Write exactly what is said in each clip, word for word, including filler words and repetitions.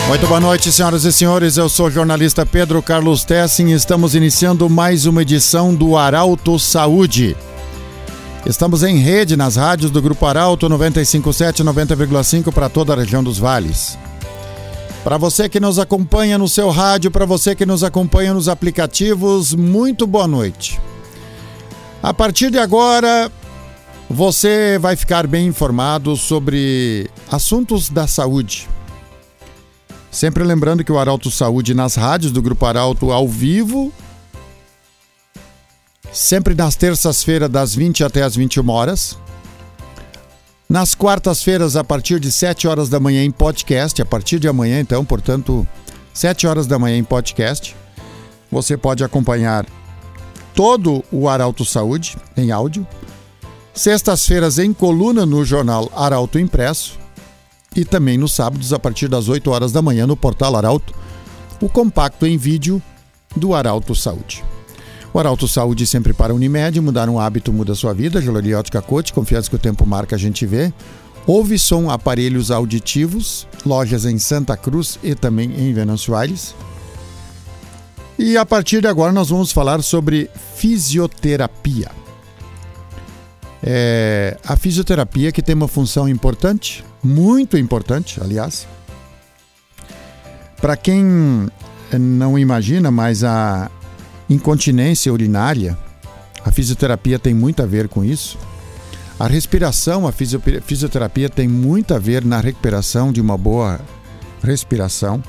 Muito boa noite, senhoras e senhores. Eu sou o jornalista Pedro Carlos Tessin e estamos iniciando mais uma edição do Arauto Saúde. Estamos em rede nas rádios do Grupo Arauto noventa e cinco ponto sete, noventa vírgula cinco para toda a região dos vales. Para você que nos acompanha no seu rádio, para você que nos acompanha nos aplicativos, muito boa noite. A partir de agora, você vai ficar bem informado sobre assuntos da saúde. Sempre lembrando que o Arauto Saúde nas rádios do Grupo Arauto ao vivo, sempre nas terças-feiras das vinte até as vinte e uma horas. Nas quartas-feiras a partir de sete horas da manhã em podcast, a partir de amanhã então, portanto, sete horas da manhã em podcast. Você pode acompanhar todo o Arauto Saúde em áudio. Sextas-feiras em coluna no jornal Arauto Impresso. E também nos sábados, a partir das oito horas da manhã, no portal Arauto, o compacto em vídeo do Arauto Saúde. O Arauto Saúde sempre para a Unimed, mudar um hábito muda a sua vida. Joalheria Ótica Cote, confiança que o tempo marca, a gente vê. Ouve som, aparelhos auditivos, lojas em Santa Cruz e também em Venâncio Aires. E a partir de agora nós vamos falar sobre fisioterapia. É, a fisioterapia que tem uma função importante, muito importante, aliás. Para quem não imagina, mas a incontinência urinária, a fisioterapia tem muito a ver com isso. A respiração, a fisioterapia tem muito a ver na recuperação de uma boa respiração.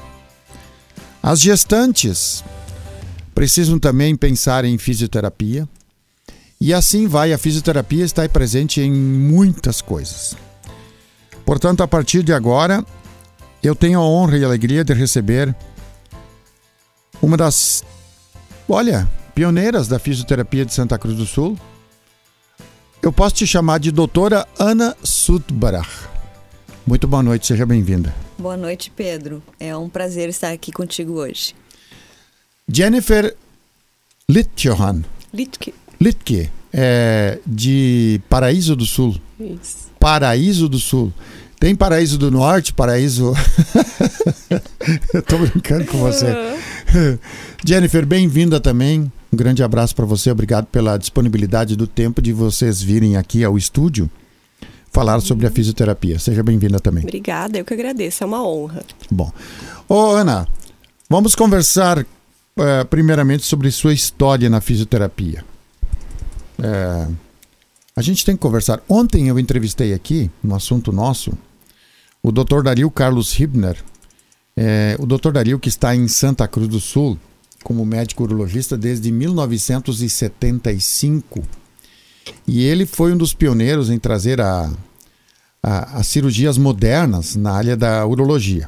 As gestantes precisam também pensar em fisioterapia. E assim vai, a fisioterapia está presente em muitas coisas. Portanto, a partir de agora, eu tenho a honra e a alegria de receber uma das, olha, pioneiras da fisioterapia de Santa Cruz do Sul. Eu posso te chamar de doutora Ana Sudbrach. Muito boa noite, seja bem-vinda. Boa noite, Pedro. É um prazer estar aqui contigo hoje. Jennifer Littjohan. Littke. Littke, é de Paraíso do Sul. Isso. Paraíso do Sul. Tem Paraíso do Norte, Paraíso... Eu tô brincando com você. Uhum. Jennifer, bem-vinda também. Um grande abraço para você. Obrigado pela disponibilidade do tempo de vocês virem aqui ao estúdio falar uhum. sobre a fisioterapia. Seja bem-vinda também. Obrigada, eu que agradeço. É uma honra. Bom. Ô, Ana, vamos conversar uh, primeiramente sobre sua história na fisioterapia. É, a gente tem que conversar. Ontem eu entrevistei aqui, no assunto nosso, o doutor Dario Carlos Hibner. É, o doutor Dario, que está em Santa Cruz do Sul como médico urologista desde mil novecentos e setenta e cinco. E ele foi um dos pioneiros em trazer a, a, as cirurgias modernas na área da urologia.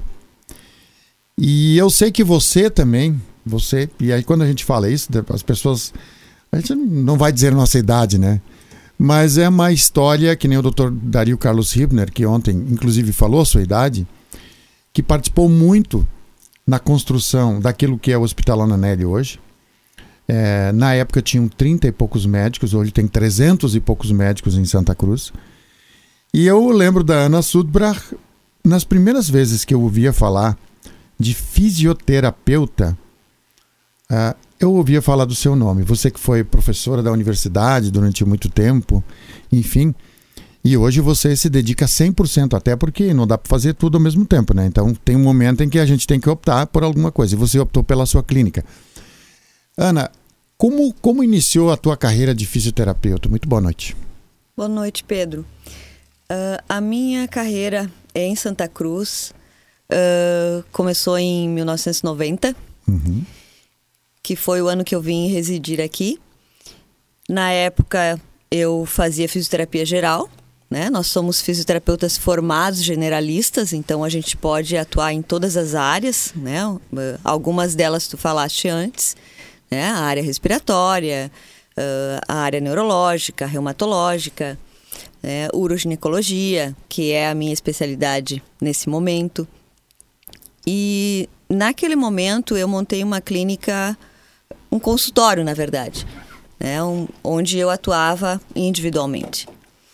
E eu sei que você também, você, e aí quando a gente fala isso, as pessoas... A gente não vai dizer nossa idade, né? Mas é uma história que nem o doutor Dario Carlos Hibner, que ontem inclusive falou a sua idade, que participou muito na construção daquilo que é o Hospital Ananelli hoje. É, na época tinham trinta e poucos médicos, hoje tem trezentos e poucos médicos em Santa Cruz. E eu lembro da Ana Sudbrach, nas primeiras vezes que eu ouvia falar de fisioterapeuta, uh, eu ouvia falar do seu nome. Você que foi professora da universidade durante muito tempo, enfim. E hoje você se dedica cem por cento, até porque não dá para fazer tudo ao mesmo tempo, né? Então tem um momento em que a gente tem que optar por alguma coisa. E você optou pela sua clínica. Ana, como, como iniciou a tua carreira de fisioterapeuta? Muito boa noite. Boa noite, Pedro. Uh, a minha carreira é em Santa Cruz. Uh, começou em mil novecentos e noventa. Uhum. Que foi o ano que eu vim residir aqui. Na época, eu fazia fisioterapia geral, né? Nós somos fisioterapeutas formados generalistas, então a gente pode atuar em todas as áreas, né? Algumas delas tu falaste antes, né? A área respiratória, a área neurológica, reumatológica, né? Uroginecologia, que é a minha especialidade nesse momento. E naquele momento eu montei uma clínica, um consultório, na verdade, né, um, onde eu atuava individualmente.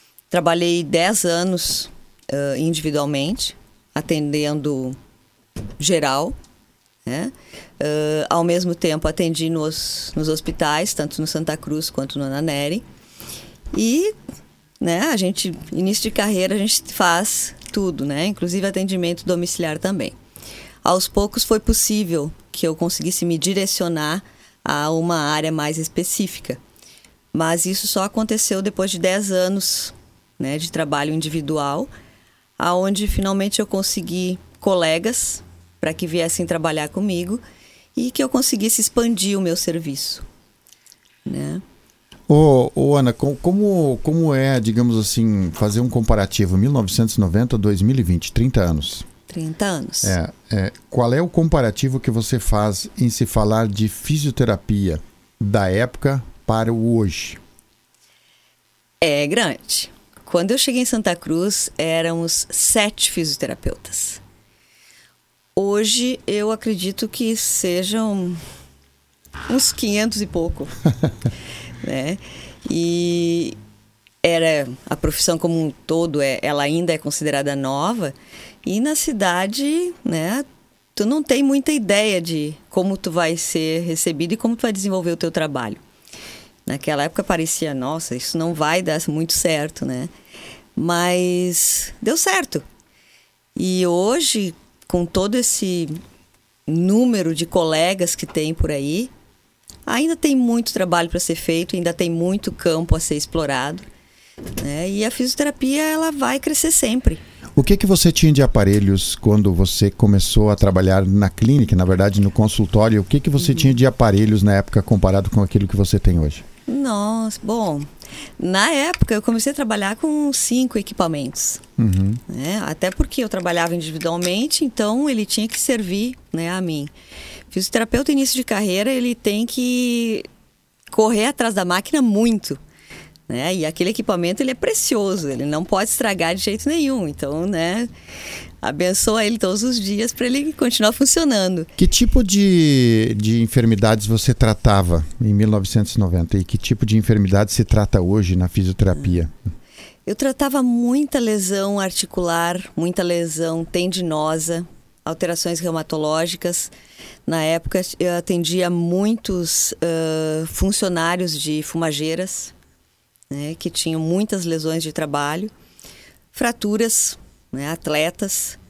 Trabalhei dez anos uh, individualmente, atendendo geral, né? Uh, ao mesmo tempo atendi nos, nos hospitais, tanto no Santa Cruz quanto no Ananeri. E, né, a gente, início de carreira, a gente faz tudo, né? Inclusive atendimento domiciliar também. Aos poucos foi possível que eu conseguisse me direcionar a uma área mais específica. Mas isso só aconteceu depois de dez anos, né, de trabalho individual, aonde finalmente eu consegui colegas para que viessem trabalhar comigo e que eu conseguisse expandir o meu serviço, né? Ô, ô Ana, como, como é, digamos assim, fazer um comparativo mil novecentos e noventa a dois mil e vinte, trinta anos? trinta anos. É, é, qual é o comparativo que você faz em se falar de fisioterapia da época para o hoje? É grande. Quando eu cheguei em Santa Cruz, éramos sete fisioterapeutas. Hoje, eu acredito que sejam uns quinhentos e pouco. Né? E era, a profissão como um todo, é, ela ainda é considerada nova. E na cidade, né, tu não tem muita ideia de como tu vai ser recebido e como tu vai desenvolver o teu trabalho. Naquela época parecia, nossa, isso não vai dar muito certo, né? Mas deu certo. E hoje, com todo esse número de colegas que tem por aí, ainda tem muito trabalho para ser feito, ainda tem muito campo a ser explorado, né? E a fisioterapia, ela vai crescer sempre. O que que você tinha de aparelhos quando você começou a trabalhar na clínica, na verdade no consultório? O que que você uhum. tinha de aparelhos na época comparado com aquilo que você tem hoje? Nossa, bom, na época eu comecei a trabalhar com cinco equipamentos, uhum. né? Até porque eu trabalhava individualmente, então ele tinha que servir, né, a mim. Fisioterapeuta início de carreira, ele tem que correr atrás da máquina muito, né? E aquele equipamento, ele é precioso, ele não pode estragar de jeito nenhum. Então, né, abençoa ele todos os dias para ele continuar funcionando. Que tipo de, de enfermidades você tratava em mil novecentos e noventa e que tipo de enfermidade se trata hoje na fisioterapia? Eu tratava muita lesão articular, muita lesão tendinosa, alterações reumatológicas. Na época, eu atendia muitos uh, funcionários de fumageiras, né, que tinham muitas lesões de trabalho, fraturas, né, atletas.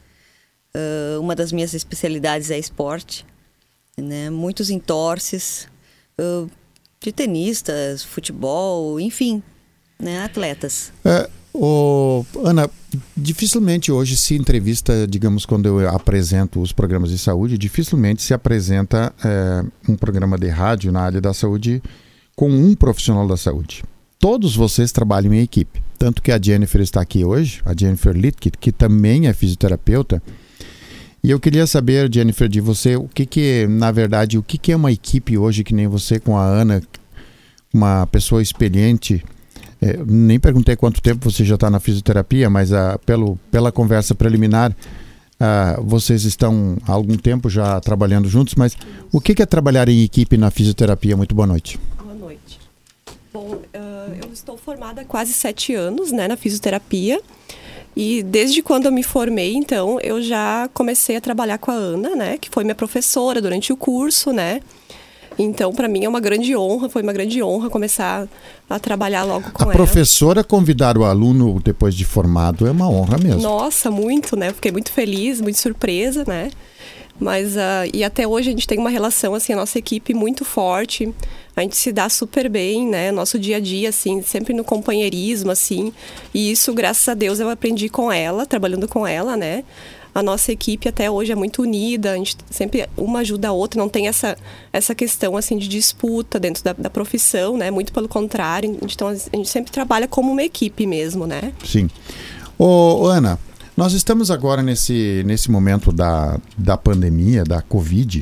Uh, uma das minhas especialidades é esporte, né, muitos entorses, uh, de tenistas, futebol, enfim, né, atletas. É, oh, Ana, dificilmente hoje se entrevista, digamos, quando eu apresento os programas de saúde, dificilmente se apresenta é, um programa de rádio na área da saúde com um profissional da saúde. Todos vocês trabalham em equipe. Tanto que a Jennifer está aqui hoje, a Jennifer Litke, que também é fisioterapeuta. E eu queria saber, Jennifer, de você, o que que, na verdade, o que que é uma equipe hoje, que nem você com a Ana, uma pessoa experiente. É, nem perguntei quanto tempo você já está na fisioterapia, mas ah, pelo, pela conversa preliminar, ah, vocês estão há algum tempo já trabalhando juntos, mas o que que é trabalhar em equipe na fisioterapia? Muito boa noite. Bom, uh, eu estou formada há quase sete anos, né, na fisioterapia, e desde quando eu me formei, então, eu já comecei a trabalhar com a Ana, né, que foi minha professora durante o curso, né. Então, para mim é uma grande honra, foi uma grande honra começar a trabalhar logo com ela. A professora convidar o aluno depois de formado é uma honra mesmo. Nossa, muito, né, eu fiquei muito feliz, muito surpresa, né. Mas, uh, e até hoje a gente tem uma relação, assim, a nossa equipe muito forte, a gente se dá super bem, né, nosso dia a dia, assim, sempre no companheirismo, assim, e isso, graças a Deus, eu aprendi com ela, trabalhando com ela, né, a nossa equipe até hoje é muito unida, a gente sempre uma ajuda a outra, não tem essa, essa questão, assim, de disputa dentro da, da profissão, né, muito pelo contrário, então a gente sempre trabalha como uma equipe mesmo, né. Sim. Ô, Ana, nós estamos agora nesse, nesse momento da, da pandemia, da Covid,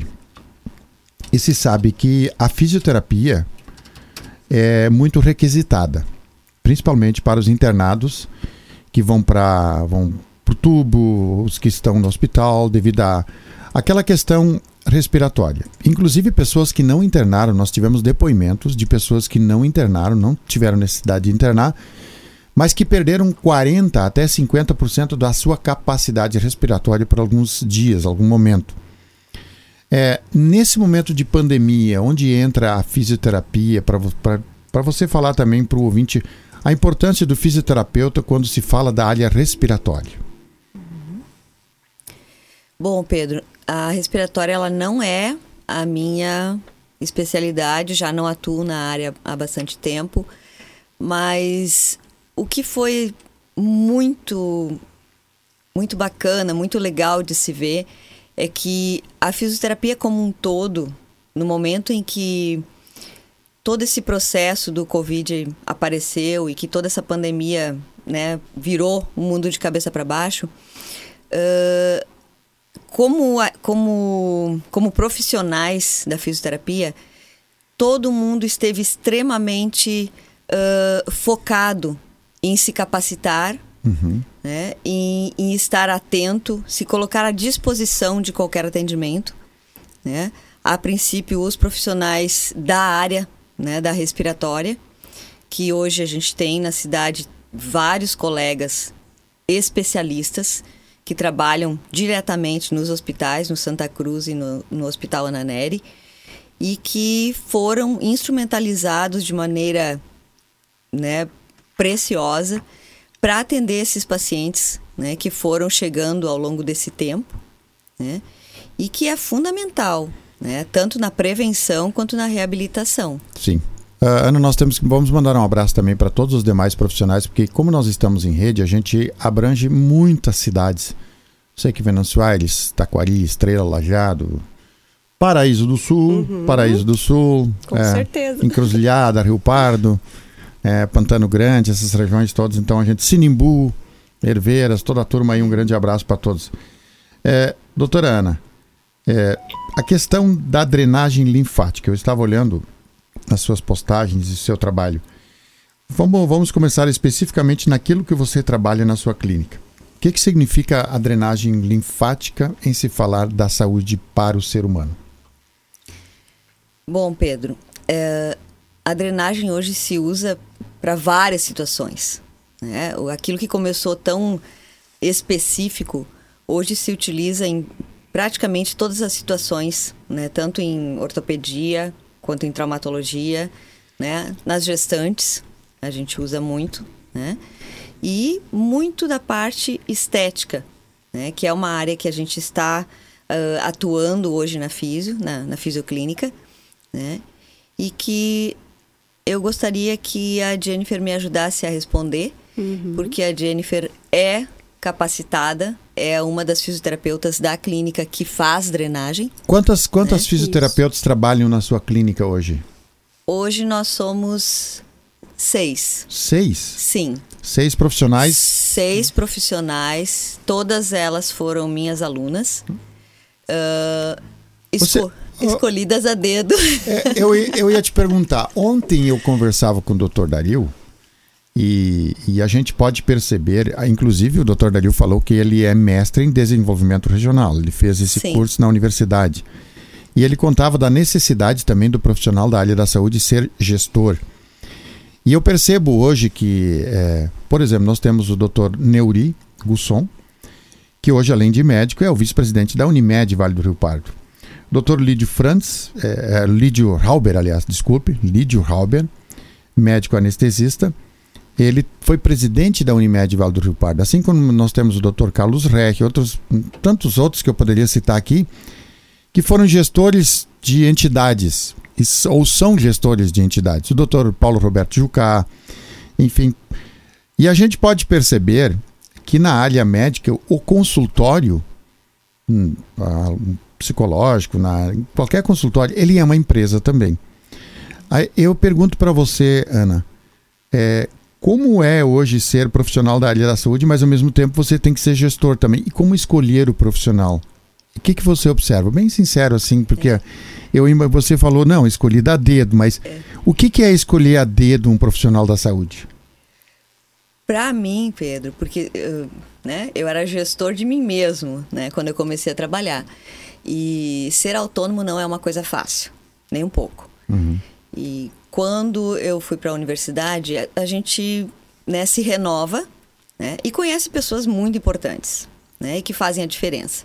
e se sabe que a fisioterapia é muito requisitada, principalmente para os internados que vão para vão o tubo, os que estão no hospital, devido a aquela questão respiratória. Inclusive pessoas que não internaram, nós tivemos depoimentos de pessoas que não internaram, não tiveram necessidade de internar, mas que perderam quarenta por cento até cinquenta por cento da sua capacidade respiratória por alguns dias, algum momento. É, nesse momento de pandemia, onde entra a fisioterapia, para você falar também para o ouvinte a importância do fisioterapeuta quando se fala da área respiratória. Uhum. Bom, Pedro, a respiratória ela não é a minha especialidade, já não atuo na área há bastante tempo, mas o que foi muito, muito bacana, muito legal de se ver é que a fisioterapia como um todo, no momento em que todo esse processo do Covid apareceu e que toda essa pandemia, né, virou o mundo de cabeça para baixo, uh, como, como, como profissionais da fisioterapia, todo mundo esteve extremamente uh, focado em se capacitar, uhum. né, em, em estar atento, se colocar à disposição de qualquer atendimento, né? A princípio, os profissionais da área, né, da respiratória, que hoje a gente tem na cidade vários colegas especialistas que trabalham diretamente nos hospitais, no Santa Cruz e no, no Hospital Ana Nery, e que foram instrumentalizados de maneira, né, preciosa para atender esses pacientes, né, que foram chegando ao longo desse tempo, né, e que é fundamental, né, tanto na prevenção quanto na reabilitação. Sim. Uh, Ana, nós temos que vamos mandar um abraço também para todos os demais profissionais, porque como nós estamos em rede, a gente abrange muitas cidades. Sei que Venâncio Aires, Taquari, Estrela, Lajeado, Paraíso do Sul, uhum. Paraíso do Sul, com é, certeza. Encruzilhada, Rio Pardo, é, Pantano Grande, essas regiões todas. Então a gente, Sinimbu, Herveiras, toda a turma aí, um grande abraço para todos. É, doutora Ana, é, a questão da drenagem linfática, eu estava olhando nas suas postagens e seu trabalho. Vamos, vamos começar especificamente naquilo que você trabalha na sua clínica. O que, que significa a drenagem linfática em se falar da saúde para o ser humano? Bom, Pedro, é, a drenagem hoje se usa para várias situações, né? Aquilo que começou tão específico, hoje se utiliza em praticamente todas as situações, né? Tanto em ortopedia quanto em traumatologia, né? Nas gestantes, a gente usa muito, né? E muito da parte estética, né? Que é uma área que a gente está uh, atuando hoje na fisio, na, na fisioclínica, né? E que eu gostaria que a Jennifer me ajudasse a responder, uhum. porque a Jennifer é capacitada, é uma das fisioterapeutas da clínica que faz drenagem. Quantas, quantas né? fisioterapeutas Isso. trabalham na sua clínica hoje? Hoje nós somos seis. Seis? Sim. Seis profissionais? Seis profissionais, todas elas foram minhas alunas, uh, esco- Você, escolhidas a dedo. É, eu, eu ia te perguntar, ontem eu conversava com o doutor Dario, E, e a gente pode perceber, inclusive o doutor Dario falou que ele é mestre em desenvolvimento regional, ele fez esse Sim. curso na universidade. E ele contava da necessidade também do profissional da área da saúde ser gestor. E eu percebo hoje que, é, por exemplo, nós temos o doutor Neuri Gusson, que hoje, além de médico, é o vice-presidente da Unimed Vale do Rio Pardo. doutor Lídio Frantz, é, é, Lídio Rauber, aliás, desculpe, Lídio Rauber, médico anestesista. Ele foi presidente da Unimed Vale do Rio Pardo, assim como nós temos o doutor Carlos Reck, outros, tantos outros que eu poderia citar aqui, que foram gestores de entidades, ou são gestores de entidades. O doutor Paulo Roberto Jucá, enfim. E a gente pode perceber que na área médica, o consultório um, um, psicológico, na, qualquer consultório, ele é uma empresa também. Aí eu pergunto para você, Ana, é, como é hoje ser profissional da área da saúde, mas ao mesmo tempo você tem que ser gestor também? E como escolher o profissional? O que, que você observa? Bem sincero assim, porque é. eu, você falou, não, escolhi a dedo, mas é. o que, que é escolher a dedo um profissional da saúde? Para mim, Pedro, porque eu, né, eu era gestor de mim mesmo, né, quando eu comecei a trabalhar. E ser autônomo não é uma coisa fácil, nem um pouco. Uhum. E quando eu fui para a universidade, a, a gente né, se renova, né, e conhece pessoas muito importantes, né, e que fazem a diferença.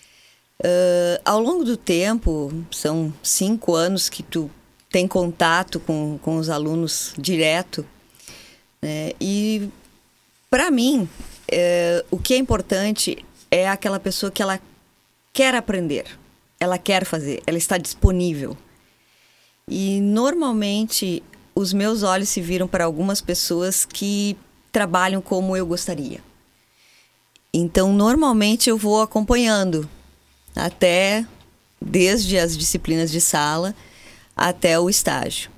Uh, ao longo do tempo, são cinco anos que tu tem contato com, com os alunos direto, né, e para mim, é, o que é importante é aquela pessoa que ela quer aprender, ela quer fazer, ela está disponível. E normalmente os meus olhos se viram para algumas pessoas que trabalham como eu gostaria. Então, normalmente eu vou acompanhando até, desde as disciplinas de sala até o estágio.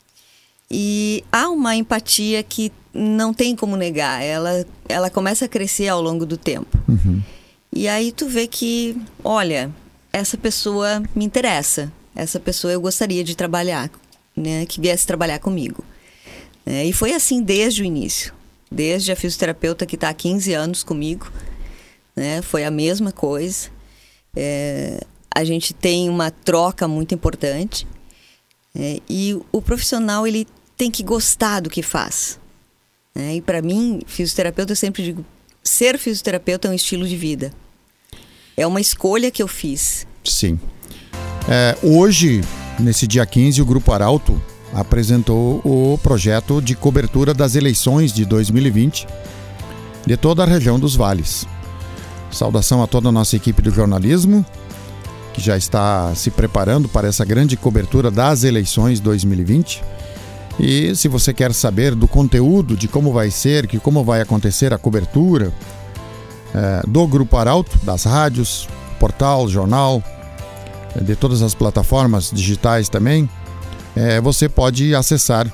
E há uma empatia que não tem como negar, ela, ela começa a crescer ao longo do tempo. Uhum. E aí tu vê que, olha, essa pessoa me interessa, essa pessoa eu gostaria de trabalhar, né, que viesse trabalhar comigo. É, e foi assim desde o início, desde a fisioterapeuta que está há quinze anos comigo, né, foi a mesma coisa. É, a gente tem uma troca muito importante, é, e o profissional ele tem que gostar do que faz. É, e para mim, fisioterapeuta, eu sempre digo, ser fisioterapeuta é um estilo de vida. É uma escolha que eu fiz. Sim. É, hoje, nesse dia quinze, o Grupo Arauto apresentou o projeto de cobertura das eleições de dois mil e vinte de toda a região dos vales. Saudação a toda a nossa equipe do jornalismo, que já está se preparando para essa grande cobertura das eleições dois mil e vinte. E se você quer saber do conteúdo, de como vai ser, que como vai acontecer a cobertura é, do Grupo Arauto, das rádios, portal, jornal, de todas as plataformas digitais também, é, você pode acessar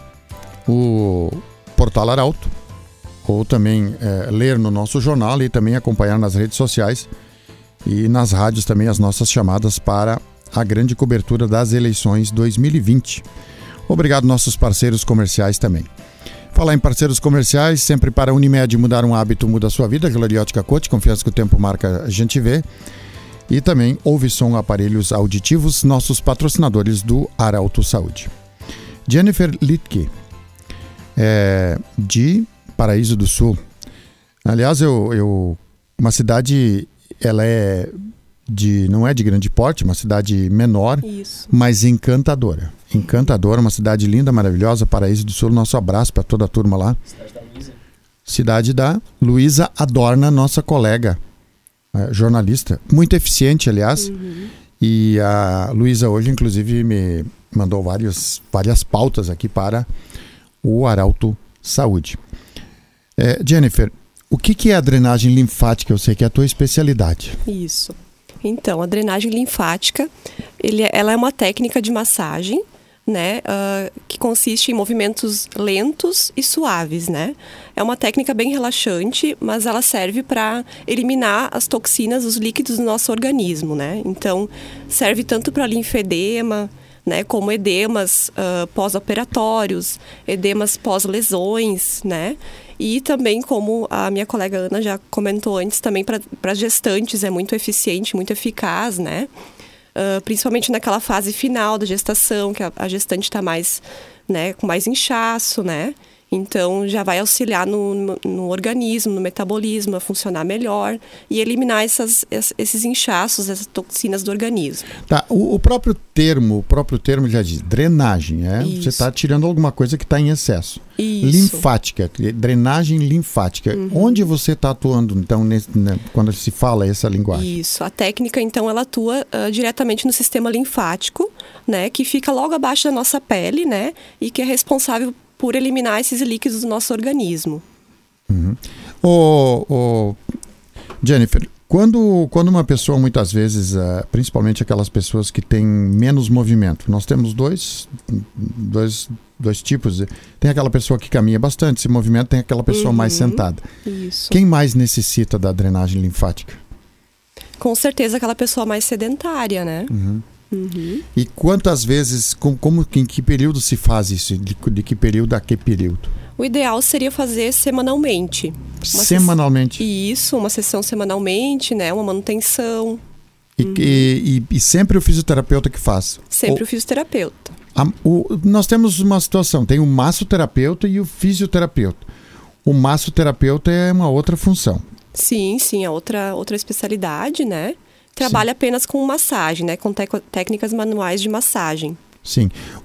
o portal Arauto, ou também é, ler no nosso jornal e também acompanhar nas redes sociais e nas rádios também as nossas chamadas para a grande cobertura das eleições dois mil e vinte. Obrigado nossos parceiros comerciais também. Falar em parceiros comerciais, sempre para a Unimed mudar um hábito muda a sua vida. Gloriótica Coach, confiança que o tempo marca, a gente vê. E também Ouvisom Aparelhos Auditivos, nossos patrocinadores do Arauto Saúde. Jennifer Litke, é, de Paraíso do Sul. Aliás, eu, eu, uma cidade, ela é de, não é de grande porte, uma cidade menor, Isso. mas encantadora. Encantadora, uma cidade linda, maravilhosa, Paraíso do Sul. Nosso abraço para toda a turma lá. Cidade da Luísa. Cidade da Luísa Adorna, nossa colega, é, jornalista. Muito eficiente, aliás. Uhum. E a Luísa hoje, inclusive, me mandou várias, várias pautas aqui para o Arauto Saúde. É, Jennifer, o que, que é a drenagem linfática? Eu sei que é a tua especialidade. Isso. Então, a drenagem linfática, ele, ela é uma técnica de massagem, né, uh, que consiste em movimentos lentos e suaves, né? É uma técnica bem relaxante, mas ela serve para eliminar as toxinas, os líquidos do nosso organismo, né? Então, serve tanto para linfedema, né, como edemas uh, pós-operatórios, edemas pós-lesões, né? E também, como a minha colega Ana já comentou antes, também para gestantes é muito eficiente, muito eficaz, né? Uh, principalmente naquela fase final da gestação, que a, a gestante está mais, né, com mais inchaço, né? Então, já vai auxiliar no, no, no organismo, no metabolismo, a funcionar melhor e eliminar essas, esses inchaços, essas toxinas do organismo. Tá, o, o próprio termo, o próprio termo já diz, drenagem, é? Você está tirando alguma coisa que está em excesso. Isso. Linfática, drenagem linfática. Uhum. Onde você está atuando, então, nesse, né, quando se fala essa linguagem? Isso. A técnica, então, ela atua uh, diretamente no sistema linfático, né? Que fica logo abaixo da nossa pele, né? E que é responsável por eliminar esses líquidos do nosso organismo. Uhum. Ô, ô, Jennifer, quando, quando uma pessoa, muitas vezes, uh, principalmente aquelas pessoas que têm menos movimento, nós temos dois, dois, dois tipos. Tem aquela pessoa que caminha bastante, se movimenta, tem aquela pessoa uhum. mais sentada. Isso. Quem mais necessita da drenagem linfática? Com certeza aquela pessoa mais sedentária, né? Uhum. Uhum. E quantas vezes, com, como, em que período se faz isso? De, de que período a que período? O ideal seria fazer semanalmente. Uma Semanalmente? Se... Isso, uma sessão semanalmente, né? Uma manutenção. E, uhum. e, e, e sempre o fisioterapeuta que faz? Sempre o, o fisioterapeuta. a, o, nós temos uma situação, tem o massoterapeuta e o fisioterapeuta. O massoterapeuta é uma outra função. Sim, sim, é outra, outra especialidade, né? Trabalha sim. apenas com massagem, né? Com tec- técnicas manuais de massagem. Sim.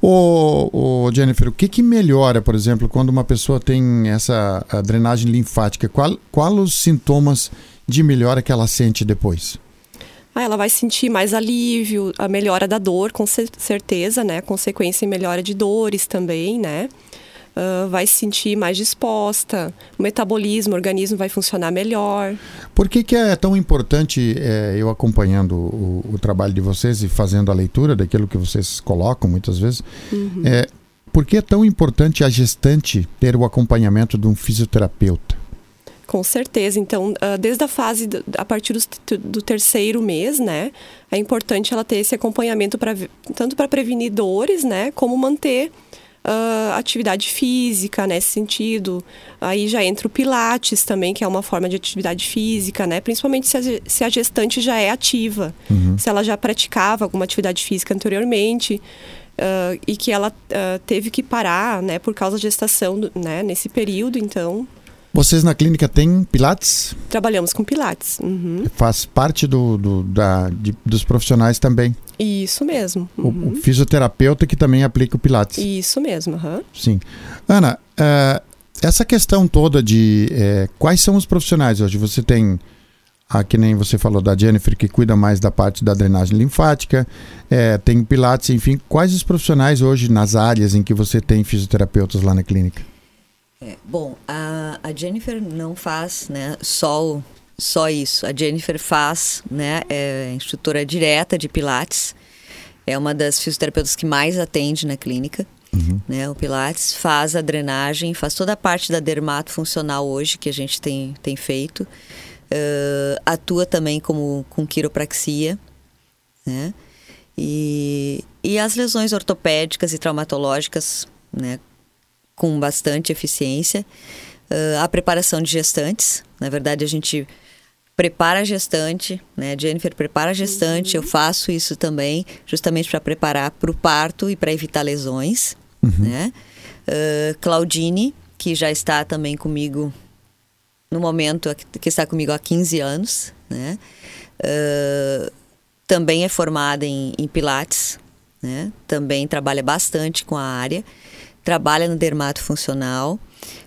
Ô, ô, Jennifer, o que que melhora, por exemplo, quando uma pessoa tem essa a drenagem linfática? Qual, qual os sintomas de melhora que ela sente depois? Ah, ela vai sentir mais alívio, a melhora da dor, com certeza, né? Consequência em melhora de dores também, né? Uh, vai se sentir mais disposta, o metabolismo, o organismo vai funcionar melhor. Por que que é tão importante, é, eu acompanhando o, o trabalho de vocês e fazendo a leitura daquilo que vocês colocam muitas vezes, uhum. é, por que é tão importante a gestante ter o acompanhamento de um fisioterapeuta? Com certeza. Então, uh, desde a fase, do, a partir do, do terceiro mês, né, é importante ela ter esse acompanhamento pra, tanto para prevenir dores, né, como manter Uh, atividade física, nesse sentido. Aí já entra o Pilates também, que é uma forma de atividade física, né? Principalmente se a, se a gestante já é ativa, uhum. se ela já praticava alguma atividade física anteriormente uh, e que ela uh, teve que parar, né, por causa da gestação, né, nesse período, então... Vocês na clínica têm Pilates? Trabalhamos com Pilates. Uhum. Faz parte do, do, da, de, dos profissionais também? Isso mesmo. Uhum. O, o fisioterapeuta que também aplica o Pilates? Isso mesmo. Uhum. Sim. Ana, uh, essa questão toda de uh, quais são os profissionais hoje? Você tem, ah, que nem você falou da Jennifer, que cuida mais da parte da drenagem linfática, uh, tem Pilates, enfim. Quais os profissionais hoje nas áreas em que você tem fisioterapeutas lá na clínica? É, bom, a, a Jennifer não faz, né, só, só isso. A Jennifer faz, né, é instrutora direta de Pilates. É uma das fisioterapeutas que mais atende na clínica, uhum. né, o Pilates. Faz a drenagem, faz toda a parte da dermato funcional hoje que a gente tem, tem feito. Uh, atua também como, com quiropraxia, né, e, e as lesões ortopédicas e traumatológicas, né, com bastante eficiência. Uh, a preparação de gestantes. Na verdade, a gente prepara a gestante, né? A Jennifer prepara a gestante, uhum. eu faço isso também, justamente para preparar para o parto e para evitar lesões. Uhum. Né? Uh, Claudine, que já está também comigo no momento, que está comigo há quinze anos, né? Uh, também é formada em, em Pilates, né? Também trabalha bastante com a área. Trabalha no dermato funcional.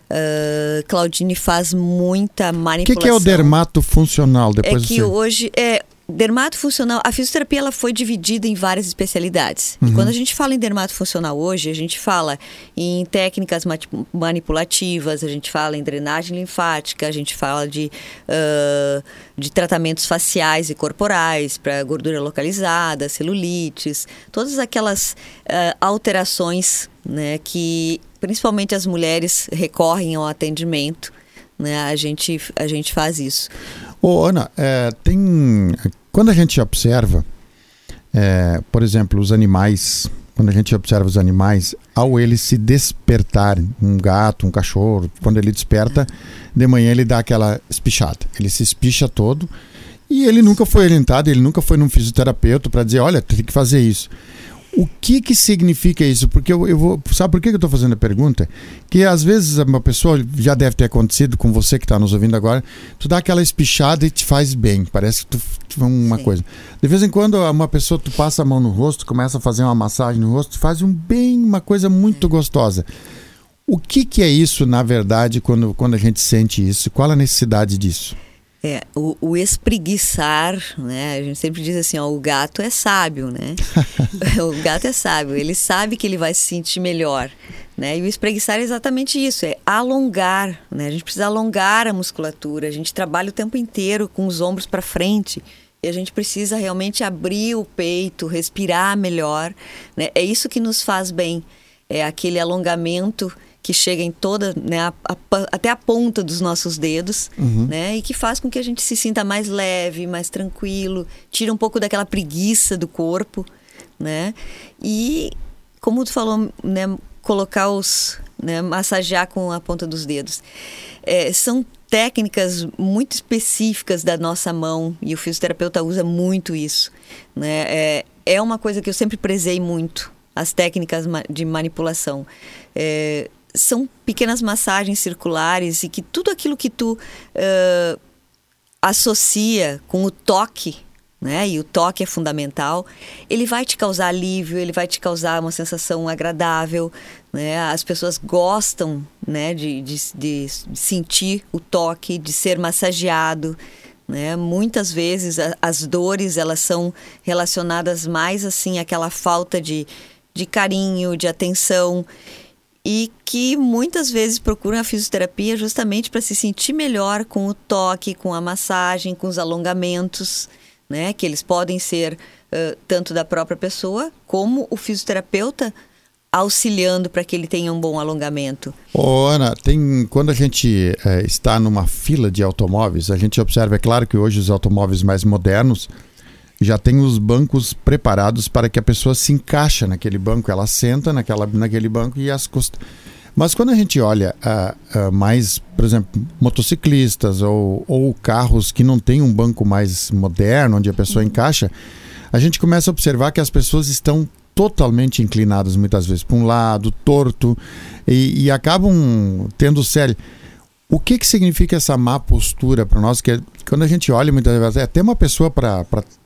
Uh, Claudine faz muita manipulação. O que, que é o dermato funcional? Depois é que você... hoje é dermato funcional. A fisioterapia ela foi dividida em várias especialidades. Uhum. E quando a gente fala em dermato funcional hoje, a gente fala em técnicas manipulativas, a gente fala em drenagem linfática, a gente fala de, uh, de tratamentos faciais e corporais para gordura localizada, celulites, todas aquelas uh, alterações, né, que principalmente as mulheres recorrem ao atendimento, né? A gente, a gente faz isso. Ô, Ana, é, tem... Quando a gente observa, é, por exemplo, os animais, quando a gente observa os animais, ao eles se despertarem, um gato, um cachorro, quando ele desperta, de manhã ele dá aquela espichada. Ele se espicha todo e ele nunca foi orientado, ele nunca foi num fisioterapeuta para dizer, olha, tem que fazer isso. O que que significa isso? Porque eu, eu vou... Sabe por que eu estou fazendo a pergunta? Que às vezes uma pessoa, já deve ter acontecido com você que está nos ouvindo agora, tu dá aquela espichada e te faz bem, parece que tu, tu uma Sim. coisa. De vez em quando uma pessoa, tu passa a mão no rosto, começa a fazer uma massagem no rosto, faz um bem, uma coisa muito é. gostosa. O que que é isso, na verdade, quando, quando a gente sente isso? Qual a necessidade disso? É, o, o espreguiçar, né? A gente sempre diz assim, ó, o gato é sábio, né? O gato é sábio, ele sabe que ele vai se sentir melhor, né? E o espreguiçar é exatamente isso, é alongar, né? A gente precisa alongar a musculatura, a gente trabalha o tempo inteiro com os ombros para frente e a gente precisa realmente abrir o peito, respirar melhor, né? É isso que nos faz bem, é aquele alongamento que chega em toda, né, a, a, até a ponta dos nossos dedos, uhum. né, e que faz com que a gente se sinta mais leve, mais tranquilo, tira um pouco daquela preguiça do corpo, né, e como tu falou, né, colocar os, né, massagear com a ponta dos dedos. É, são técnicas muito específicas da nossa mão e o fisioterapeuta usa muito isso, né, é, é uma coisa que eu sempre prezei muito, as técnicas de manipulação. É, são pequenas massagens circulares e que tudo aquilo que tu uh, associa com o toque, né? E o toque é fundamental. Ele vai te causar alívio, ele vai te causar uma sensação agradável, né? As pessoas gostam, né? de, de, de sentir o toque, de ser massageado, né? Muitas vezes a, as dores, elas são relacionadas mais assim àquela falta de, de carinho, de atenção, e que muitas vezes procuram a fisioterapia justamente para se sentir melhor com o toque, com a massagem, com os alongamentos, né? Que eles podem ser uh, tanto da própria pessoa como o fisioterapeuta auxiliando para que ele tenha um bom alongamento. Ô, Ana, tem, quando a gente é, está numa fila de automóveis, a gente observa, é claro que hoje os automóveis mais modernos já tem os bancos preparados para que a pessoa se encaixa naquele banco, ela senta naquela, naquele banco e as costas. Mas quando a gente olha uh, uh, mais, por exemplo, motociclistas ou, ou carros que não tem um banco mais moderno, onde a pessoa encaixa, a gente começa a observar que as pessoas estão totalmente inclinadas muitas vezes para um lado, torto, e, e acabam tendo sério. O que que significa essa má postura para nós? Que é, quando a gente olha muitas vezes, até uma pessoa para...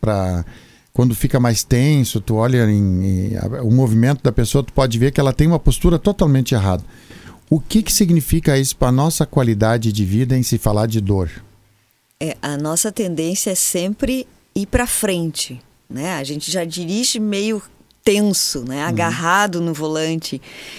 Quando fica mais tenso, tu olha em, em, o movimento da pessoa, tu pode ver que ela tem uma postura totalmente errada. O que que significa isso para a nossa qualidade de vida em se falar de dor? É, a nossa tendência é sempre ir para frente, né? A gente já dirige meio tenso, né? Agarrado uhum. no volante.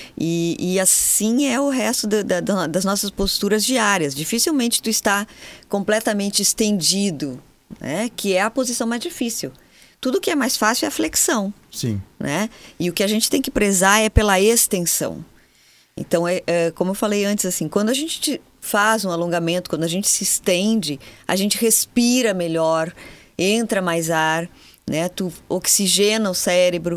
E, e assim é o resto da, da, das nossas posturas diárias. Dificilmente tu está completamente estendido, né? Que é a posição mais difícil. Tudo que é mais fácil é a flexão. Sim. Né? E o que a gente tem que prezar é pela extensão. Então, é, é, como eu falei antes, assim, quando a gente faz um alongamento, quando a gente se estende, a gente respira melhor, entra mais ar, né? Tu oxigena o cérebro.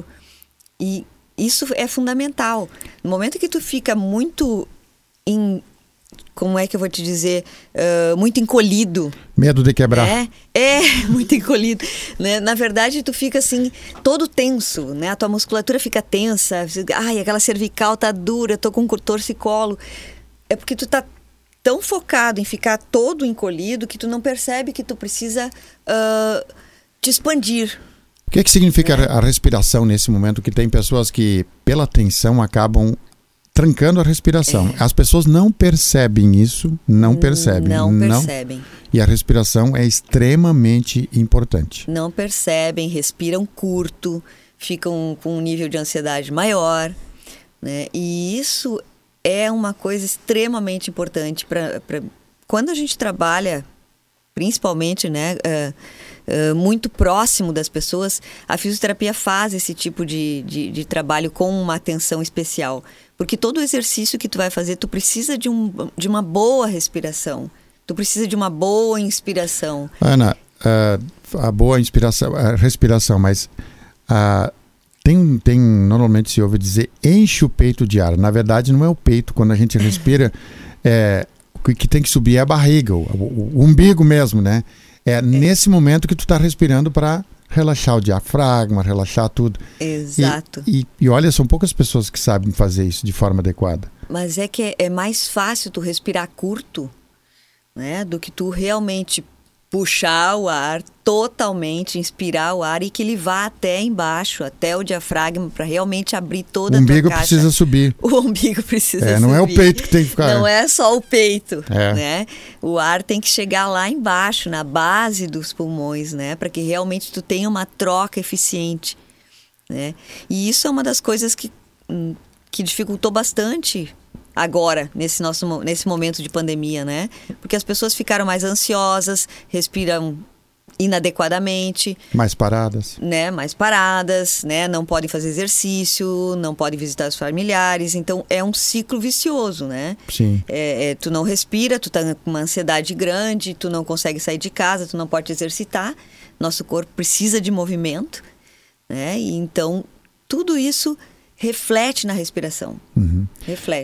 E isso é fundamental. No momento que tu fica muito em... Como é que eu vou te dizer? Uh, muito encolhido. Medo de quebrar. É, é muito encolhido. Né? Na verdade, tu fica assim, todo tenso, né? A tua musculatura fica tensa. Ai, aquela cervical tá dura, tô com torcicolo. É porque tu tá tão focado em ficar todo encolhido que tu não percebe que tu precisa uh, te expandir. O que é que significa é. a respiração nesse momento? Que tem pessoas que, pela tensão, acabam trancando a respiração. É. As pessoas não percebem isso, não percebem. Não, não percebem. E a respiração é extremamente importante. Não percebem, respiram curto, ficam com um nível de ansiedade maior, né? E isso é uma coisa extremamente importante para quando a gente trabalha, principalmente, né, uh, uh, muito próximo das pessoas. A fisioterapia faz esse tipo de, de, de trabalho com uma atenção especial. Porque todo exercício que tu vai fazer, tu precisa de, um, de uma boa respiração. Tu precisa de uma boa inspiração. Ana, uh, a boa inspiração, a respiração, mas uh, tem, tem, normalmente se ouve dizer, enche o peito de ar. Na verdade, não é o peito. Quando a gente respira, é, o que tem que subir é a barriga, o, o, o umbigo mesmo, né? É, é nesse momento que tu está respirando para relaxar o diafragma, relaxar tudo. Exato. E, e, e olha, são poucas pessoas que sabem fazer isso de forma adequada. Mas é que é, é mais fácil tu respirar curto, né, do que tu realmente puxar o ar totalmente, inspirar o ar e que ele vá até embaixo, até o diafragma, para realmente abrir toda a tua caixa. O umbigo precisa subir. O umbigo precisa é, subir. Não é o peito que tem que ficar. Não é só o peito, é. né? O ar tem que chegar lá embaixo, na base dos pulmões, né? Para que realmente tu tenha uma troca eficiente, né? E isso é uma das coisas que, que dificultou bastante agora, nesse, nosso, nesse momento de pandemia, né? Porque as pessoas ficaram mais ansiosas, respiram inadequadamente. Mais paradas. Né? Mais paradas, né? Não podem fazer exercício, não podem visitar os familiares. Então, é um ciclo vicioso, né? Sim. É, é, tu não respira, tu tá com uma ansiedade grande, tu não consegue sair de casa, tu não pode exercitar. Nosso corpo precisa de movimento, né? E então, tudo isso reflete na respiração. Uhum. Reflete.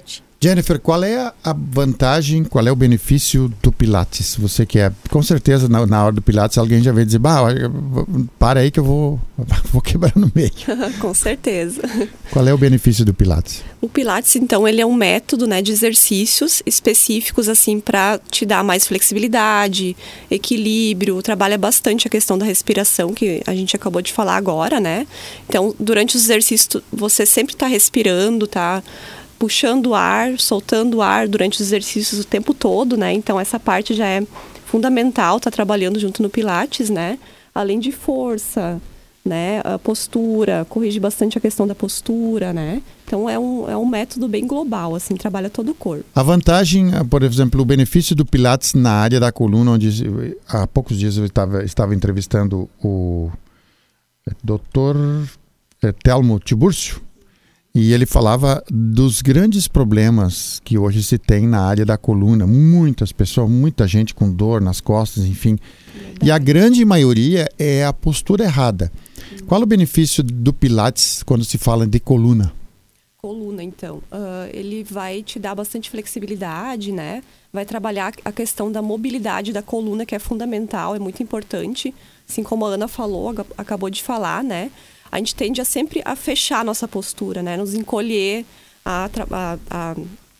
Jennifer, qual é a vantagem, qual é o benefício do Pilates? Você que é, com certeza na, na hora do Pilates alguém já vai dizer, bah, para aí que eu vou, vou quebrar no meio. Com certeza. Qual é o benefício do Pilates? O Pilates, então, ele é um método, né, de exercícios específicos, assim, para te dar mais flexibilidade, equilíbrio, trabalha bastante a questão da respiração, que a gente acabou de falar agora, né? Então, durante os exercícios, você sempre está respirando, tá puxando o ar, soltando o ar durante os exercícios o tempo todo, né? Então, essa parte já é fundamental, tá trabalhando junto no Pilates, né? Além de força, né? A postura, corrige bastante a questão da postura, né? Então, é um, é um método bem global, assim, trabalha todo o corpo. A vantagem, por exemplo, o benefício do Pilates na área da coluna, onde há poucos dias eu estava, estava entrevistando o doutor Telmo Tiburcio, e ele falava dos grandes problemas que hoje se tem na área da coluna. Muitas pessoas, muita gente com dor nas costas, enfim. Verdade. E a grande maioria é a postura errada. Uhum. Qual o benefício do Pilates quando se fala de coluna? Coluna, então. Uh, ele vai te dar bastante flexibilidade, né? Vai trabalhar a questão da mobilidade da coluna, que é fundamental, é muito importante. Assim como a Ana falou, acabou de falar, né? A gente tende a sempre a fechar a nossa postura, né? Nos encolher, a, a, a,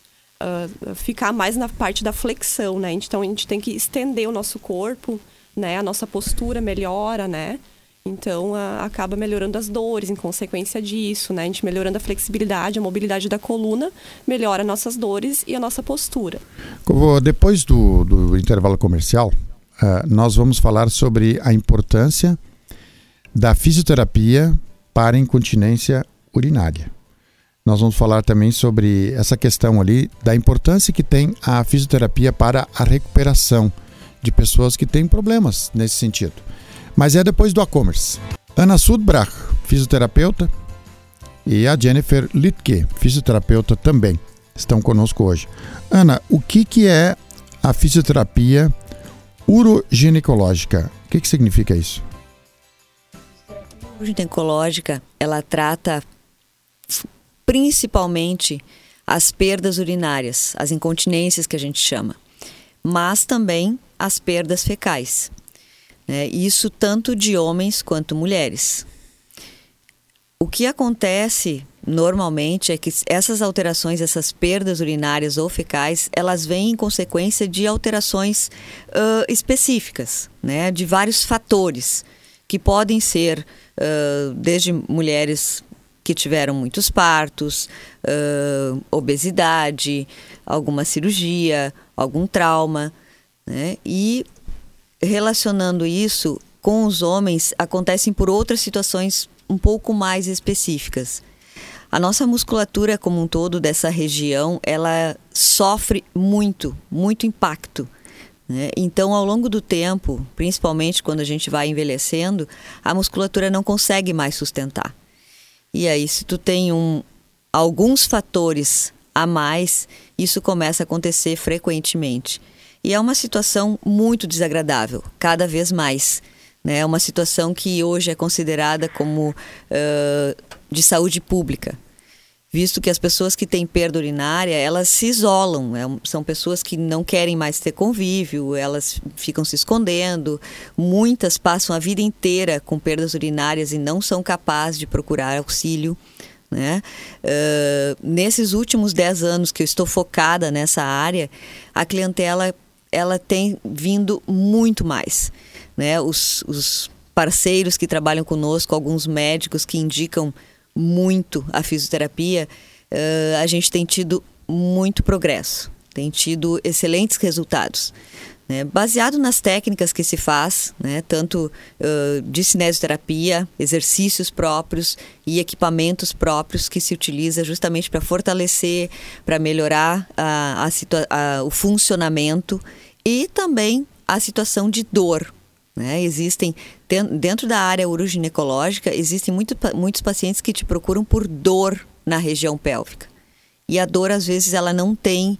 a ficar mais na parte da flexão, né? Então, a gente tem que estender o nosso corpo, né? A nossa postura melhora, né? Então, a, acaba melhorando as dores em consequência disso, né? A gente melhorando a flexibilidade, a mobilidade da coluna, melhora nossas dores e a nossa postura. Depois do, do intervalo comercial, uh, nós vamos falar sobre a importância da fisioterapia para incontinência urinária. Nós vamos falar também sobre essa questão ali da importância que tem a fisioterapia para a recuperação de pessoas que têm problemas nesse sentido. Mas é depois do A-Commerce. Ana Sudbrach, fisioterapeuta, e a Jennifer Littke, fisioterapeuta também, estão conosco hoje. Ana, o que, que é a fisioterapia uroginecológica? O que, que significa isso? A ginecológica, ela trata principalmente as perdas urinárias, as incontinências que a gente chama, mas também as perdas fecais, né? Isso tanto de homens quanto mulheres. O que acontece normalmente é que essas alterações, essas perdas urinárias ou fecais, elas vêm em consequência de alterações uh, específicas, né? De vários fatores que podem ser Uh, desde mulheres que tiveram muitos partos, uh, obesidade, alguma cirurgia, algum trauma, né? E relacionando isso com os homens, acontecem por outras situações um pouco mais específicas. A nossa musculatura como um todo dessa região, ela sofre muito, muito impacto. Então, ao longo do tempo, principalmente quando a gente vai envelhecendo, a musculatura não consegue mais sustentar. E aí, se tu tem um, alguns fatores a mais, isso começa a acontecer frequentemente. E é uma situação muito desagradável, cada vez mais. Né? É uma situação que hoje é considerada como uh, de saúde pública. Visto que as pessoas que têm perda urinária, elas se isolam, é, são pessoas que não querem mais ter convívio, elas ficam se escondendo, muitas passam a vida inteira com perdas urinárias e não são capazes de procurar auxílio, né? Uh, nesses últimos dez anos que eu estou focada nessa área, a clientela ela tem vindo muito mais, né? Os, os parceiros que trabalham conosco, alguns médicos que indicam muito a fisioterapia, uh, a gente tem tido muito progresso, tem tido excelentes resultados, né? Baseado nas técnicas que se faz, né? Tanto uh, de cinesioterapia, exercícios próprios e equipamentos próprios que se utiliza justamente para fortalecer, para melhorar a, a situa- a, o funcionamento e também a situação de dor. Né? Existem, dentro da área uroginecológica, existem muito, muitos pacientes que te procuram por dor na região pélvica. E a dor, às vezes, ela não tem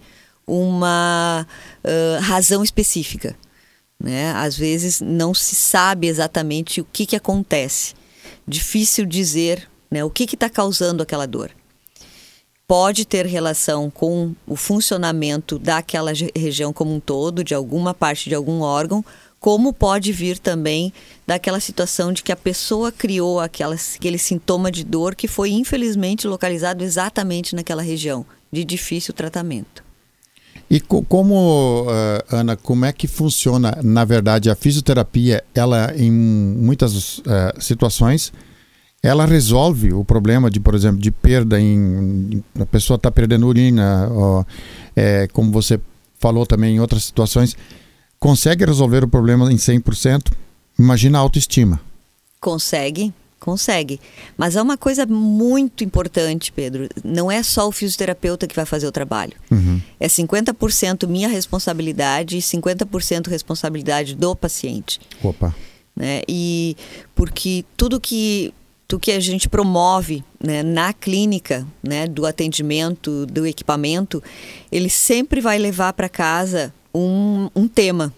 uma uh, razão específica. Né? Às vezes, não se sabe exatamente o que, que acontece. Difícil dizer, né, o que está causando aquela dor. pode ter relação com o funcionamento daquela região como um todo, de alguma parte de algum órgão, como pode vir também daquela situação de que a pessoa criou aquela, aquele sintoma de dor que foi infelizmente localizado exatamente naquela região, de difícil tratamento. E co- como, uh, Ana, como é que funciona, na verdade, a fisioterapia? Ela, em muitas uh, situações, ela resolve o problema de, por exemplo, de perda em... A pessoa está perdendo urina, ó, é, como você falou também em outras situações. Consegue resolver o problema em cem por cento? Imagina a autoestima. Consegue, consegue. Mas é uma coisa muito importante, Pedro. Não é só o fisioterapeuta que vai fazer o trabalho. Uhum. É cinquenta por cento minha responsabilidade e cinquenta por cento responsabilidade do paciente. Opa. Né? E porque tudo que... do que a gente promove, né, na clínica, né, do atendimento, do equipamento, ele sempre vai levar para casa um, um tema.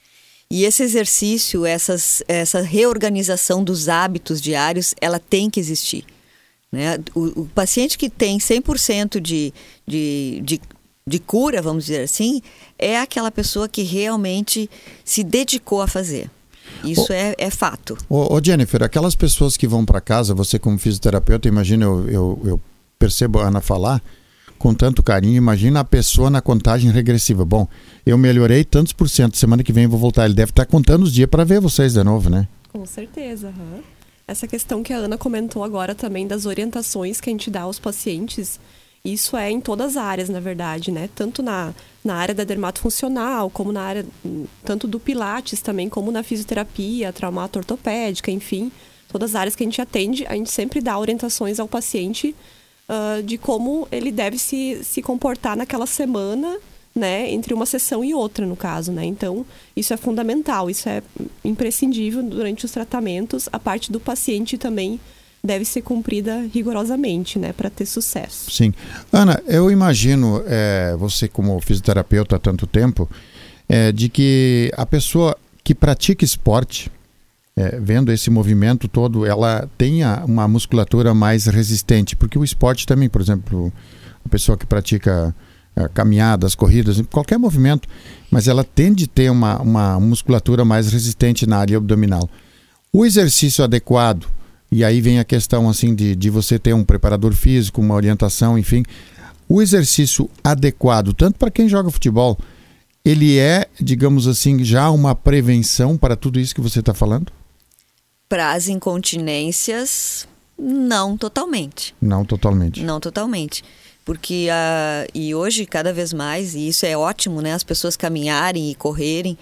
E esse exercício, essas, essa reorganização dos hábitos diários, ela tem que existir. Né? O, o paciente que tem cem por cento de, de, de, de cura, vamos dizer assim, é aquela pessoa que realmente se dedicou a fazer. Isso ô, é, é fato. Ô, ô Jennifer, aquelas pessoas que vão para casa, você como fisioterapeuta, imagina, eu, eu, eu percebo a Ana falar com tanto carinho, imagina a pessoa na contagem regressiva. Bom, eu melhorei tantos por cento, semana que vem eu vou voltar. Ele deve estar contando os dias para ver vocês de novo, né? Com certeza. Uhum. Essa questão que a Ana comentou agora também das orientações que a gente dá aos pacientes, isso é em todas as áreas, na verdade, né? Tanto na, na área da dermatofuncional, como na área tanto do pilates também, como na fisioterapia, traumato ortopédica, enfim. Todas as áreas que a gente atende, a gente sempre dá orientações ao paciente uh, de como ele deve se, se comportar naquela semana, né? Entre uma sessão e outra, no caso, né? Então, isso é fundamental, isso é imprescindível durante os tratamentos. A parte do paciente também deve ser cumprida rigorosamente, né, para ter sucesso. Sim. Ana, eu imagino, é, você como fisioterapeuta há tanto tempo, é, de que a pessoa que pratica esporte, é, vendo esse movimento todo, ela tenha uma musculatura mais resistente, porque o esporte também, por exemplo, a pessoa que pratica é, caminhadas, corridas, qualquer movimento, mas ela tende a ter uma, uma musculatura mais resistente na área abdominal. O exercício adequado, e aí vem a questão assim de, de você ter um preparador físico, uma orientação, enfim. O exercício adequado, tanto para quem joga futebol, ele é, digamos assim, já uma prevenção para tudo isso que você está falando? Para as incontinências, não totalmente. Não totalmente. Não totalmente. Porque, uh, e hoje, cada vez mais, e isso é ótimo, né? As pessoas caminharem e correrem,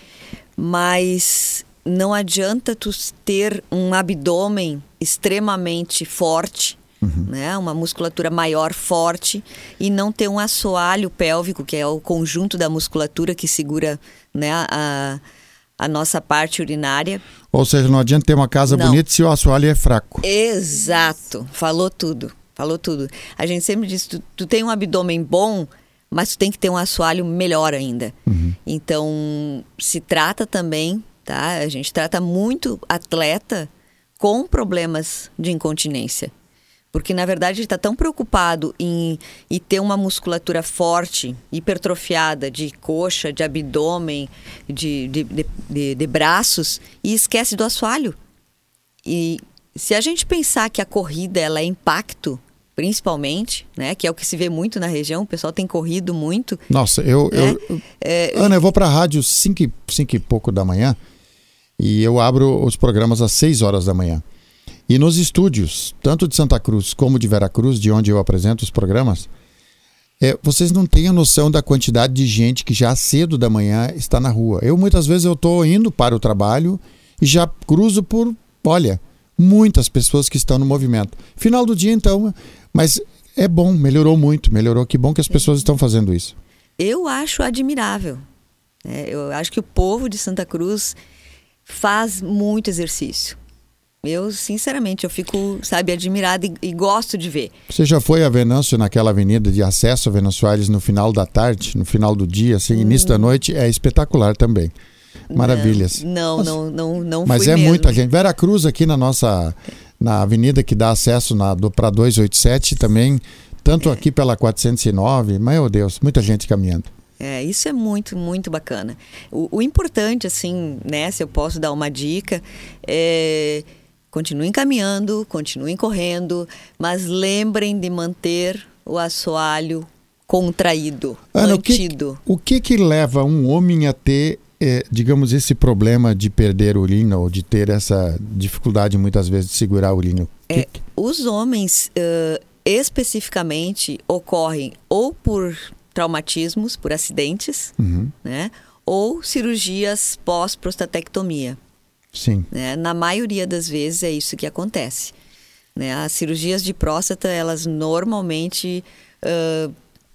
mas não adianta tu ter um abdômen extremamente forte, uhum. né? Uma musculatura maior, forte, e não ter um assoalho pélvico, que é o conjunto da musculatura que segura, né, a, a nossa parte urinária. Ou seja, não adianta ter uma casa não. bonita se o assoalho é fraco. Exato, falou tudo, falou tudo. A gente sempre diz, tu, tu tem um abdômen bom, mas tu tem que ter um assoalho melhor ainda. Uhum. Então, se trata também, tá? A gente trata muito atleta com problemas de incontinência. Porque, na verdade, ele está tão preocupado em, em ter uma musculatura forte, hipertrofiada, de coxa, de abdômen, de, de, de, de, de braços, e esquece do assoalho. E se a gente pensar que a corrida ela é impacto, principalmente, né, que é o que se vê muito na região, o pessoal tem corrido muito. Nossa, eu... Né? eu é, Ana, eu vou para a rádio cinco e pouco da manhã, e eu abro os programas às seis horas da manhã. E nos estúdios, tanto de Santa Cruz como de Veracruz, de onde eu apresento os programas, é, vocês não têm a noção da quantidade de gente que já cedo da manhã está na rua. Eu, muitas vezes, eu estou indo para o trabalho e já cruzo por, olha, muitas pessoas que estão no movimento. Final do dia, então, mas é bom, melhorou muito, melhorou. Que bom que as pessoas estão fazendo isso. Eu acho admirável. É, eu acho que o povo de Santa Cruz faz muito exercício. Eu, sinceramente, eu fico, sabe, admirada e, e gosto de ver. Você já foi a Venâncio naquela avenida de acesso a Venâncio Aires no final da tarde, no final do dia, assim, hum. início da noite? É espetacular também. Maravilhas. Não, Mas, não, não, não Mas fui é mesmo. muita gente. Veracruz aqui na nossa, na avenida que dá acesso para duzentos e oitenta e sete também Tanto É. aqui pela quatrocentos e nove, meu Deus, muita gente caminhando. É, isso é muito, muito bacana. O, o importante, assim, né, se eu posso dar uma dica, é continuem caminhando, continuem correndo, mas lembrem de manter o assoalho contraído, Ana, mantido. O que, o que que leva um homem a ter, é, digamos, esse problema de perder a urina ou de ter essa dificuldade muitas vezes de segurar a urina? É, Que- os homens, uh, especificamente, ocorrem ou por traumatismos, por acidentes, Uhum, né, ou cirurgias pós-prostatectomia. sim. Né? Na maioria das vezes é isso que acontece. Né? As cirurgias de próstata, elas normalmente uh,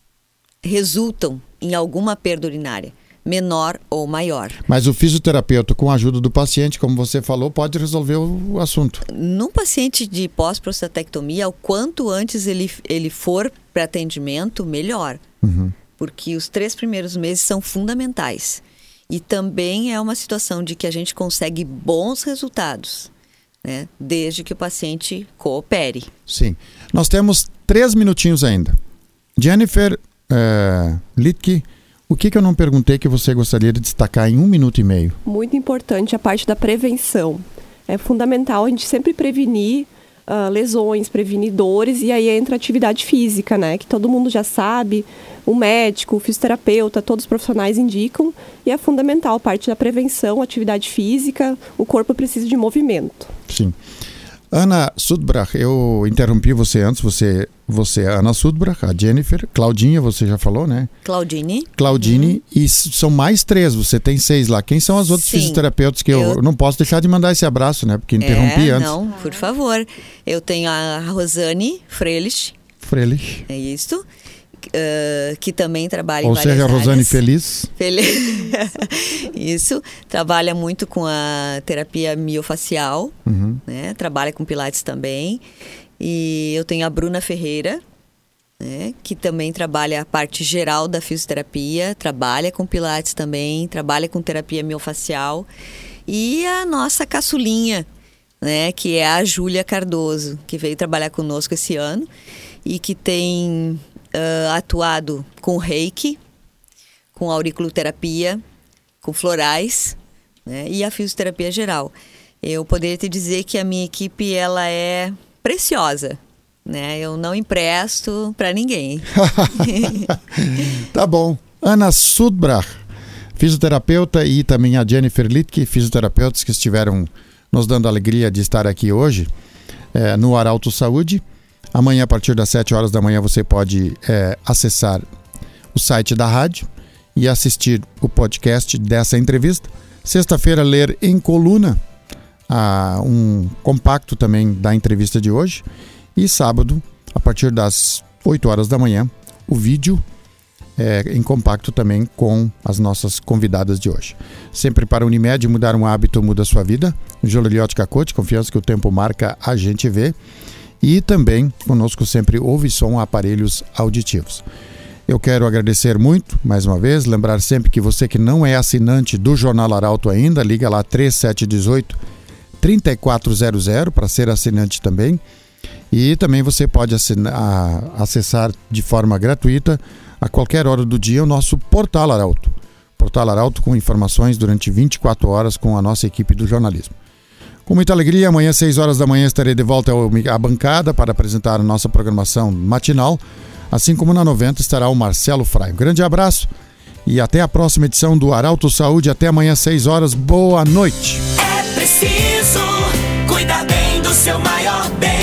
resultam em alguma perda urinária, menor ou maior. Mas o fisioterapeuta, com a ajuda do paciente, como você falou, pode resolver o, o assunto. Num paciente de pós-prostatectomia, o quanto antes ele, ele for para atendimento, melhor. Uhum. Porque os três primeiros meses são fundamentais. E também é uma situação de que a gente consegue bons resultados, né? Desde que o paciente coopere. Sim. Nós temos três minutinhos ainda. Jennifer é, Littke, o que, que eu não perguntei que você gostaria de destacar em um minuto e meio? Muito importante a parte da prevenção. É fundamental a gente sempre prevenir uh, lesões, prevenir dores, e aí entra a atividade física, né? Que todo mundo já sabe, o médico, o fisioterapeuta, todos os profissionais indicam, e é fundamental a parte da prevenção, atividade física, o corpo precisa de movimento. Sim. Ana Sudbrach, eu interrompi você antes, você, você é Ana Sudbrach, a Jennifer, Claudinha, você já falou, né? Claudine. Claudine, e s- são mais três, você tem seis lá. Quem são as outras Sim. fisioterapeutas que eu, Eu- não posso deixar de mandar esse abraço, né? Porque interrompi é, antes. Não, por favor. Eu tenho a Rosane Freilich, Frelich. é isso, uh, que também trabalha Ou em várias seja, a Rosane áreas. Feliz. Feliz. Isso, trabalha muito com a terapia miofacial, Uhum. né? Trabalha com pilates também. E eu tenho a Bruna Ferreira, né? Que também trabalha a parte geral da fisioterapia, trabalha com pilates também, trabalha com terapia miofacial. E a nossa caçulinha, né? Que é a Júlia Cardoso, que veio trabalhar conosco esse ano e que tem uh, atuado com reiki, com auriculoterapia, com florais, né? E a fisioterapia geral. Eu poderia te dizer que a minha equipe ela é preciosa, né? Eu não empresto para ninguém. Tá bom. Ana Sudbrach, fisioterapeuta, e também a Jennifer Littke, fisioterapeutas que estiveram nos dando a alegria de estar aqui hoje é, no Arauto Saúde. Amanhã, a partir das sete horas da manhã, você pode é, acessar o site da rádio e assistir o podcast dessa entrevista. Sexta-feira, ler em coluna ah, um compacto também da entrevista de hoje. E sábado, a partir das oito horas da manhã, o vídeo é, em compacto também com as nossas convidadas de hoje. Sempre para a Unimed, mudar um hábito muda a sua vida. Joliliotti Cacote, confiança que o tempo marca, a gente vê. E também conosco sempre ouve som, aparelhos auditivos. Eu quero agradecer muito, mais uma vez, lembrar sempre que você que não é assinante do Jornal Arauto ainda, liga lá três sete um oito, três quatro zero zero para ser assinante também. E também você pode assinar, a, acessar de forma gratuita, a qualquer hora do dia, o nosso Portal Arauto. Portal Arauto com informações durante vinte e quatro horas com a nossa equipe do jornalismo. Com muita alegria, amanhã, às seis horas da manhã, estarei de volta à bancada para apresentar a nossa programação matinal. Assim como na noventa estará o Marcelo Frei. Um grande abraço e até a próxima edição do Arauto Saúde. Até amanhã, às seis horas. Boa noite. É preciso cuidar bem do seu maior bem.